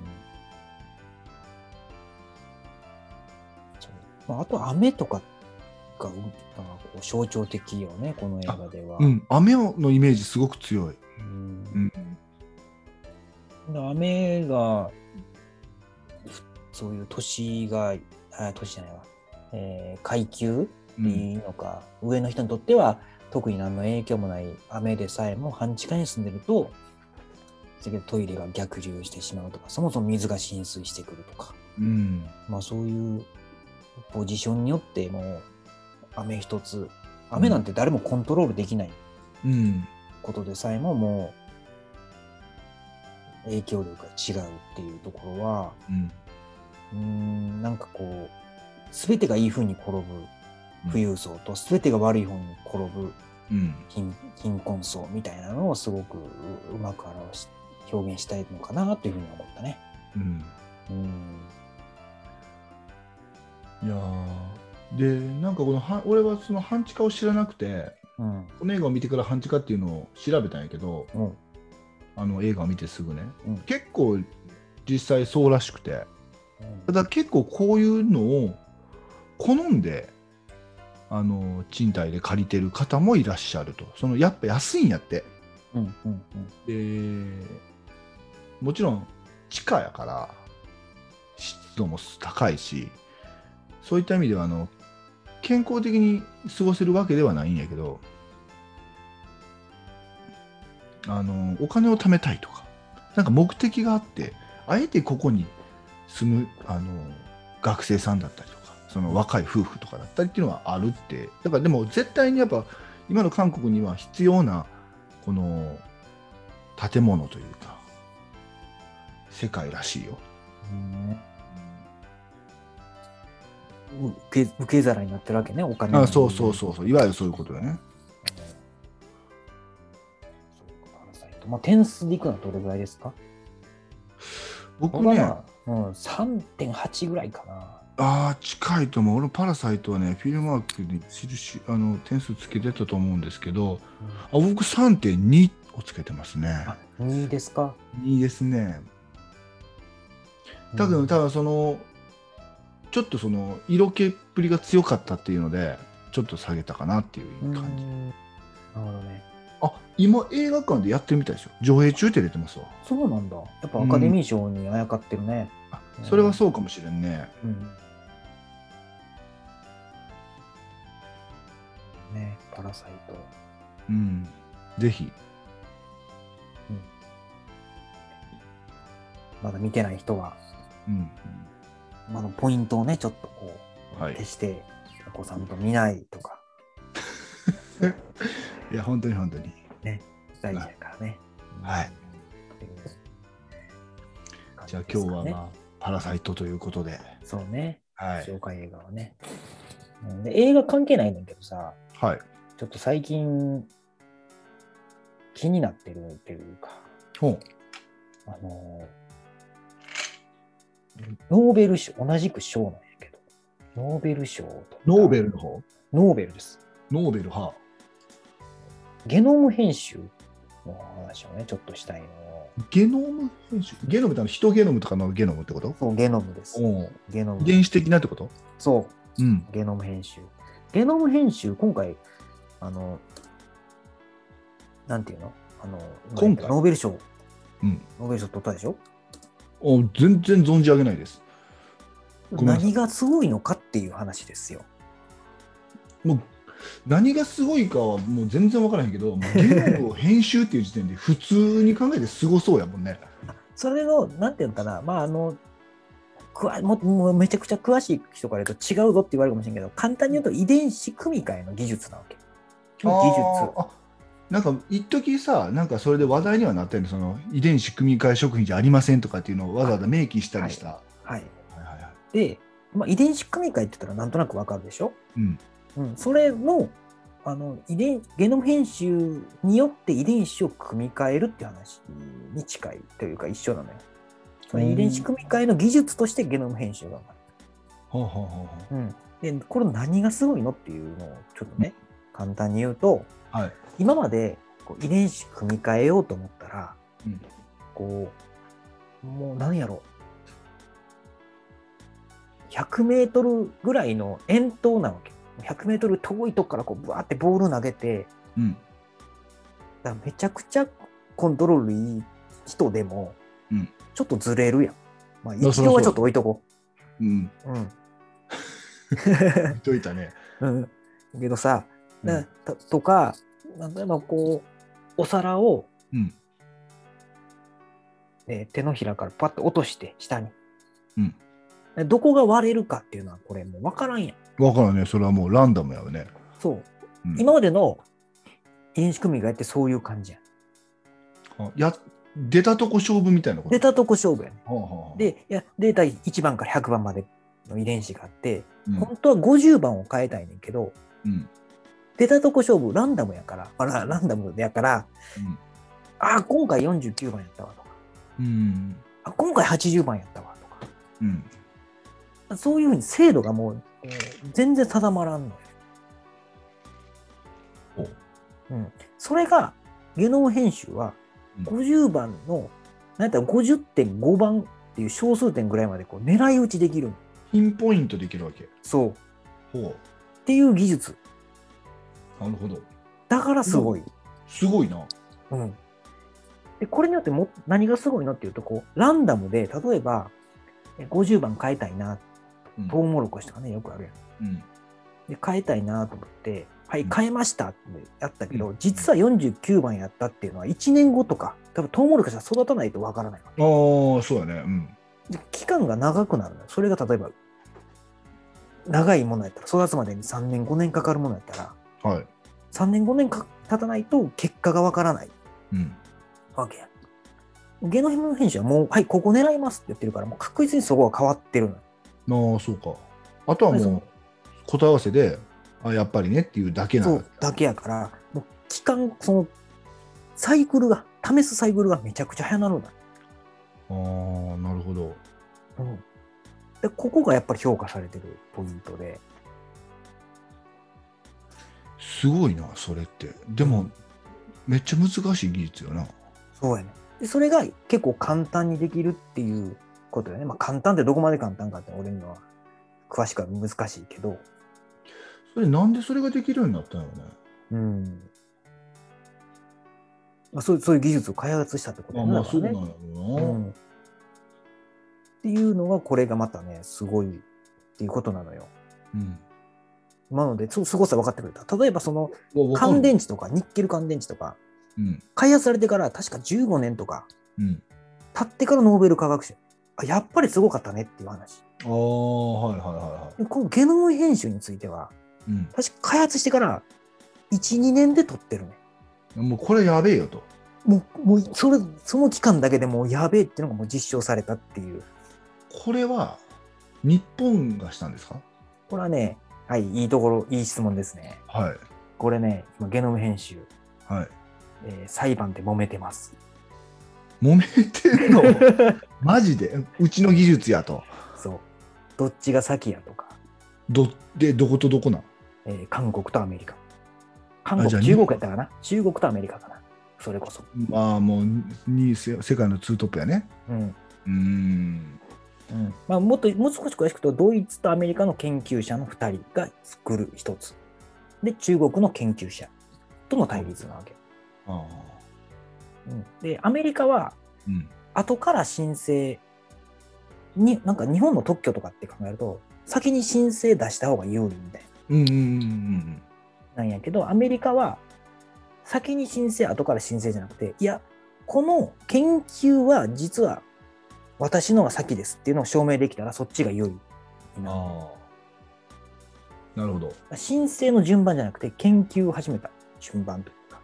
S1: そう、あと雨とかがこう象徴的よね、この映画では。
S2: うん、雨のイメージすごく強い。うん
S1: うん、雨がそういう都市があ都市じゃないわ、えー、階級っていうのか、うん、上の人にとっては特に何の影響もない雨でさえも半地下に住んでるとトイレが逆流してしまうとか、そもそも水が浸水してくるとか、うん、まあそういうポジションによってもう雨一つ、雨なんて誰もコントロールできないことでさえももう影響力が違うっていうところは、うん、うーんなんかこう全てがいい風に転ぶ富裕層と全てが悪い方に転ぶ貧、貧困層みたいなのをすごくうまく表し表現したいのかなというふうに思ったね。
S2: うん
S1: うん、
S2: いやーでなんかこのは俺はその半地下を知らなくて、
S1: うん、
S2: この映画を見てから半地下っていうのを調べたんやけど、
S1: うん、
S2: あの映画を見てすぐね、
S1: うん、
S2: 結構実際そうらしくて、ただ結構こういうのを好んであの賃貸で借りてる方もいらっしゃると。そのやっぱ安いんやって。
S1: うんうん
S2: でもちろん地下やから湿度も高いし、そういった意味ではあの健康的に過ごせるわけではないんやけど、あのお金を貯めたいとかなんか目的があってあえてここに住むあの学生さんだったりとかその若い夫婦とかだったりっていうのはあるって。だからでも絶対にやっぱ今の韓国には必要なこの建物というか世界らしいよ。
S1: うん、受け、受け皿になってるわけね、お金。
S2: ああそうそうそうそう、いわゆるそういうことだね。
S1: まあ、点数でいくのはどれぐらいですか？
S2: 僕ね、
S1: うん、さんてんはちぐらいかな。
S2: ああ近いと思う。俺パラサイトはねフィルマークに印あの点数つけてたと思うんですけど、うん、あ僕 さんてんに をつけてますね。
S1: あにですか？
S2: にですね。多分、うん、多分そのちょっとその色気っぷりが強かったっていうのでちょっと下げたかなっていう感じ。
S1: なるほどね。
S2: あ今映画館でやってるみたいですよ。上映中って出てますわ。
S1: そうなんだ。やっぱアカデミー賞にあやかってるね。
S2: うん、それはそうかもしれんね。
S1: うん、ね、パラサイト。
S2: うん。ぜひ。
S1: うん、まだ見てない人は、うん、まだポイントをねちょっとこう、はい、消してお子さんと見ないとか。
S2: いや本当に本当に
S1: ね大事だからね。
S2: はい。じゃあ今日は、まあ、パラサイトということで。
S1: そうね。
S2: はい。
S1: 紹介映画はね。で映画関係ないんだけどさ。
S2: はい。
S1: ちょっと最近気になってるっていうか。
S2: ほう。
S1: あのノーベル賞同じく賞なんやけど。ノーベル賞と。
S2: ノーベルの方？
S1: ノーベルです。
S2: ノーベルは。
S1: ゲノム編集の話をねちょっとしたいの。
S2: ゲノム編集？ゲノムっての人ゲノムとかのゲノムってこと？
S1: そうゲノムです。
S2: ゲノム。原始的なってこと？
S1: そう、うん、ゲノム編集。ゲノム編集今回あのなんていうのあの
S2: 今回
S1: ノーベル賞、
S2: うん、
S1: ノーベル賞取ったでしょ？
S2: お全然存じ上げないです。
S1: 何がすごいのかっていう話ですよ。
S2: もう何がすごいかはもう全然分からへんけど、ゲノムを編集っていう時点で普通に考えてすごそうやもんね。
S1: それのなんていうのかな、まああのくわ も, もうめちゃくちゃ詳しい人から言うと違うぞって言われるかもしれんけど、簡単に言うと遺伝子組み換えの技術なわけ。技術。
S2: あなんか一時さ、なんかそれで話題にはなったよね。その遺伝子組み換え食品じゃありませんとかっていうのをわざわざ明記したりした。はい。
S1: はいはいはい、で、まあ、遺伝子組み換えって言ったらなんとなくわかるでしょ。
S2: うん
S1: うん、それのあの遺伝ゲノム編集によって遺伝子を組み換えるっていう話に近いというか一緒なのよ。その遺伝子組み換えの技術としてゲノム編集がある。
S2: ほうほうほう
S1: うん、でこれ何がすごいのっていうのをちょっとね、うん、簡単に言うと、
S2: はい、
S1: 今までこう遺伝子組み換えようと思ったら、うん、こうもう何やろひゃくメートルぐらいの遠投なわけ。ひゃくメートル遠いとこからこうブワーってボール投げて、うん、だめちゃくちゃコントロールいい人でも、うん、ちょっとずれるやん。まあ一応はちょっと置いとこう。うんうん。
S2: 置いといたね。
S1: うん。けどさ、うん、と, とか例えばこうお皿を、うんね、手のひらからパッと落として下に。うんどこが割れるかっていうのはこれもう分からんやん。
S2: 分からんね。それはもうランダムやよね。
S1: そう、うん、今までの遺伝子組み換えってそういう感じやん。
S2: あや出たとこ勝負みたいなこと。
S1: 出たとこ勝負やね、はあはあ、でいやデータいちばんからひゃくばんまでの遺伝子があって、うん、本当はごじゅうばんを変えたいねんけど、うん、出たとこ勝負ランダムやから、まあ、ランダムやから、うん、ああ今回よんじゅうきゅうばんやったわとか、
S2: うん
S1: あ今回はちじゅうばんやったわとか、
S2: うん、
S1: そういうふうに精度がもう、えー全然定まらんのよ。
S2: お
S1: うん、それがゲノム編集はごじゅうばんの、なんやったら ごじゅってんご 番っていう小数点ぐらいまでこう狙い撃ちできる。
S2: ピンポイントできるわけ。
S1: そう。
S2: ほう。
S1: っていう技術。
S2: なるほど。
S1: だからすごい。
S2: すごいな。
S1: うん。で、これによっても何がすごいのっていうと、こう、ランダムで、例えば、ごじゅうばん変えたいな。
S2: うん、
S1: トウモロコシとかね、よくあるやん。
S2: うん、
S1: で、変えたいなと思って、はい、
S2: うん
S1: 変えましたってやったけど、
S2: うん、
S1: 実はよんじゅうきゅうばんやったっていうのは、いちねんごとか、多分トウモロコシは育たないとわからないわけ。
S2: ああ、そうだね。うん。
S1: で期間が長くなるのよ。それが例えば、長いものやったら、育つまでにさんねん、ごねんかかるものやったら、
S2: はい。
S1: さんねん、ごねんか経たないと結果がわからない
S2: うん。
S1: わけや。ゲノム編集はもう、はい、ここ狙いますって言ってるから、もう確実にそこが変わってるの。
S2: ああ、そうか。あとはもう、答え合わせで、あやっぱりねっていうだけな
S1: そう、だけやから、もう期間、その、サイクルが、試すサイクルがめちゃくちゃ早なるんだ。
S2: ああ、なるほど。
S1: うん。で、ここがやっぱり評価されてるポイントで。
S2: すごいな、それって。でも、うん、めっちゃ難しい技術よな。
S1: そうやね。で、それが結構簡単にできるっていうことだよね。まあ、簡単ってどこまで簡単かって俺には詳しくは難しいけど。
S2: それなんでそれができるようになったのね。
S1: うん。まあ、そう、そういう技術を開発したってことだね。
S2: まあ、そうなんやろうな、うん。
S1: っていうのが、これがまたね、すごいっていうことなのよ。うん。なので、すごさ分かってくれた。例えば、その、乾電池とか、ニッケル乾電池とか、うん、開発されてから確かじゅうごねんとか、うん、経ってからノーベル化学賞。あ、やっぱりすごかったねっていう話。
S2: ああ、はいはいはいはい。
S1: このゲノム編集については、うん、確か開発してからいち、にねんで取ってるね。
S2: もうこれやべえよと。
S1: もう、もうそれ、その期間だけでもうやべえっていうのがもう実証されたっていう。
S2: これは日本がしたんですか？
S1: これはね、はい、いいところ、いい質問ですね。
S2: はい。
S1: これね、今ゲノム編集。
S2: はい。
S1: えー、裁判で揉めてます。
S2: 揉めてるのマジでうちの技術やと。
S1: そう。どっちが先やとか。
S2: どでどことどこなん？
S1: えー、韓国とアメリカ。韓国、中国やったかな？中国とアメリカかな。それこそ。
S2: まあもうに世界のツートップやね。うん。うーん。
S1: うん、まあ、もっともう少し詳しく言うと、ドイツとアメリカの研究者のふたりが作る一つ。で、中国の研究者との対立なわけ。あうん、で、アメリカは、後から申請に、なんか日本の特許とかって考えると、先に申請出した方が有利みたいな。うんうんうんうん、なんやけど、アメリカは、先に申請、後から申請じゃなくて、いや、この研究は実は私のが先ですっていうのを証明できたら、そっちが有利になる。あ
S2: なるほど。
S1: 申請の順番じゃなくて、研究を始めた順番というか。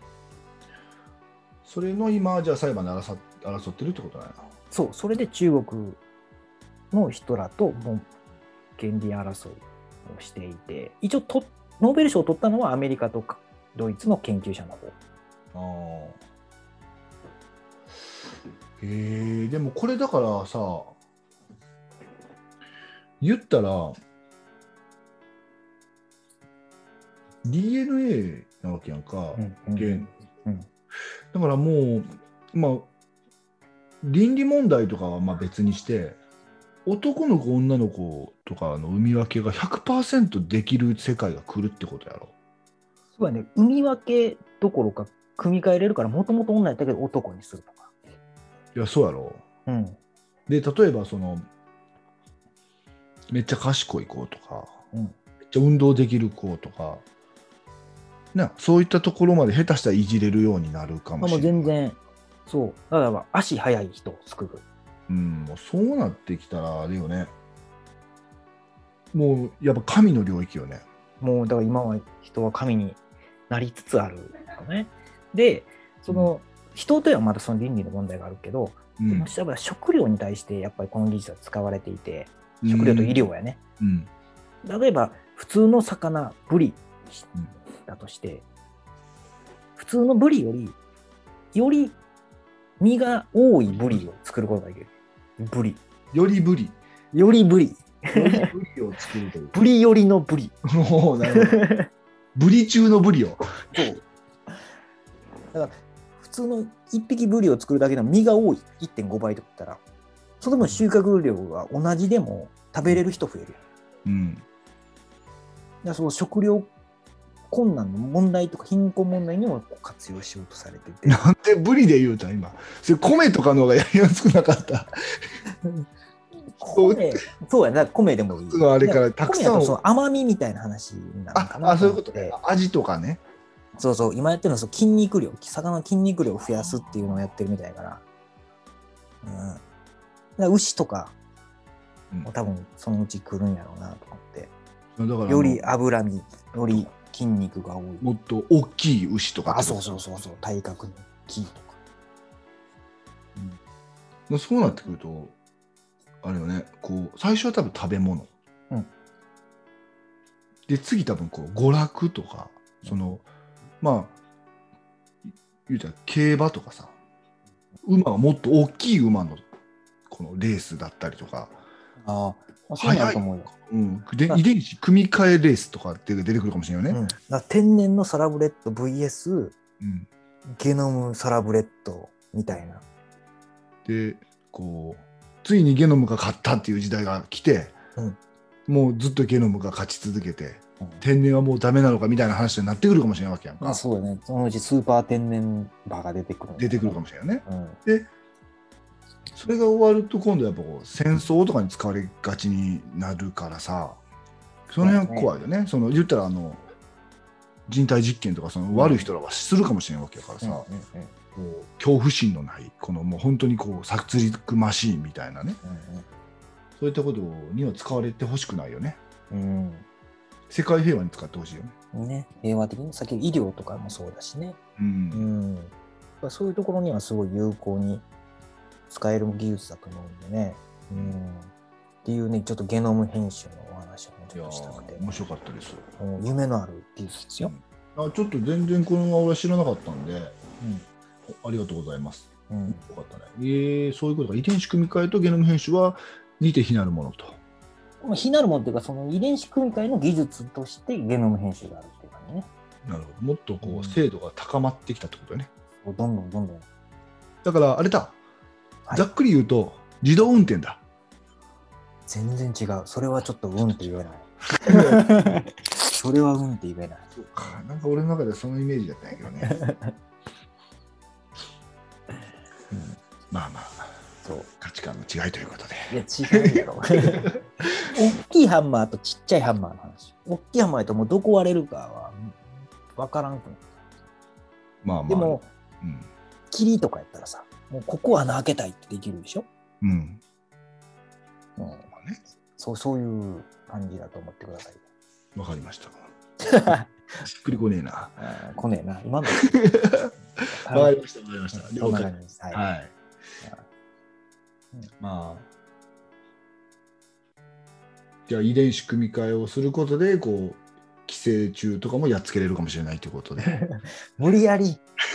S2: それの今、じゃあ裁判で争ってるってことだよな。
S1: そう、それで中国の人らともう権利争いをしていて、一応とノーベル賞を取ったのはアメリカとドイツの研究者の方。ああ。
S2: へえ、でもこれだからさ、言ったら ディーエヌエー なわけやんか、うんうんうん、だからもうまあ倫理問題とかはまあ別にして、男の子女の子とかの産み分けが ひゃくパーセント できる世界が来るってことやろ。
S1: そうだね、産み分けどころか組み替えれるから、もともと女やったけど男にするとか。
S2: いやそうやろ、うん、で例えばそのめっちゃ賢い子とか、うん、めっちゃ運動できる子とかな、そういったところまで下手したらいじれるようになるかもしれない。
S1: もう全然そうだから足速い人を作る。
S2: うん、もうそうなってきたらあれよね、もうやっぱ神の領域よね。
S1: もうだから今は人は神になりつつあるよね。でその、うん人とはまだその倫理の問題があるけど、うん、でも食料に対してやっぱりこの技術は使われていて、食料と医療やね、うん、例えば普通の魚ブリだとして、うん、普通のブリよりより身が多いブリを作ることができる。ブリ。
S2: よりブリ。
S1: よりブリ。
S2: よりブリを作るという。
S1: ブリよりのブリ。
S2: おーなるほど。ブリ中のブリを。
S1: そう。だから普通の一匹ブリを作るだけでも身が多い いってんご 倍とか言ったら、その分収穫量が同じでも食べれる人増える。
S2: うん。だか
S1: らその食料困難の問題とか貧困問題にも活用しようとされてて。
S2: なんでブリで言うたん今。それ米とかの方がやりやすくなかった。
S1: 米そうやな、米でもいい。
S2: あれからたくさん。
S1: 米だとその甘みみたいな話になるのかな。
S2: ああ、そういうことね。味とかね。
S1: そうそう、今やってるのはその筋肉量、魚の筋肉量を増やすっていうのをやってるみたいから。うん。だから牛とかも多分そのうち来るんやろうなと思って。
S2: だから
S1: より脂身、より筋肉が多い。
S2: もっと大きい牛とか。
S1: あ、そうそうそうそう、体格の木とか。
S2: うん、そうなってくると、あれよね、こう最初は多分食べ物。
S1: うん、
S2: で次多分こう娯楽とか、そのまあ言うたら競馬とかさ、馬がもっと大きい馬のこのレースだったりとか。
S1: ああ、そうなると思うよ。
S2: うん、で遺伝子組み換えレースとかって出てくるかもしれないよね。
S1: うん、だ天然のサラブレッド ブイエス、うん、ゲノムサラブレッドみたいな。
S2: でこうついにゲノムが勝ったっていう時代が来て、うん、もうずっとゲノムが勝ち続けて、うん、天然はもうダメなのかみたいな話になってくるかもしれないわけやんか。
S1: まあ、そうだね。そのうちスーパー天然馬が出てくる、ね、
S2: 出てくるかもしれないね。
S1: うん、
S2: でそれが終わると今度やっぱこう戦争とかに使われがちになるからさ、その辺は怖いよね。その言ったらあの人体実験とかその悪い人らはするかもしれないわけやからさ、うんうんうん、こう恐怖心のないこのもう本当にこう殺戮マシーンみたいなね、うんうん、そういったことには使われてほしくないよね、うん、世界平和に使ってほしいよね。
S1: ね、平和的に先医療とかもそうだしね、うんうん、そういうところにはすごい有効に使える技術だと思うんでね、うん、っていうねちょっとゲノム編集のお話をちょっとしたくて、
S2: 面白かったです。
S1: 夢のある技術ですよ、
S2: うん、あちょっと全然この俺は知らなかったんで、うん、ありがとうございます、うん、よかったね。えー、そういうことか。遺伝子組み換えとゲノム編集は似て非なるものと。
S1: 非なるものっていうかその遺伝子組み換えの技術としてゲノム編集があるっていう感じね。
S2: なるほど。もっとこう精度が高まってきたってことね、
S1: うん、どんどんどんどん。
S2: だからあれだ、はい、ざっくり言うと自動運転だ。
S1: 全然違う。それはちょっとうんって言えないそれはうんって言えない。
S2: そうか、なんか俺の中ではそのイメージだったんやけどね、うん、まあまあそう価値観の違いということで。
S1: いや違うやろ大きいハンマーとちっちゃいハンマーの話。大きいハンマーともうどこ割れるかは分からんくなる。まあまあでも、うん、霧とかやったらさ、もうここ穴開けたいってできるでしょ。うん。うん、まあね、そうそういう感じだと思ってください。
S2: わかりました。しっくりこねえな。
S1: あこねえな。今の。
S2: わかりました。わかりました。
S1: 了解です。はい。はい、
S2: まあ。じゃあ遺伝子組み換えをすることでこう寄生虫とかもやっつけれるかもしれないということで
S1: 無理やり、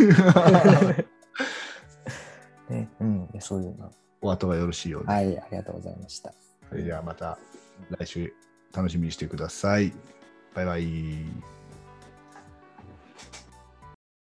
S1: ねうん、そういうの
S2: お後がよろしいようで。
S1: はい、ありがとうございました。
S2: それではまた来週楽しみにしてください。バイバイ。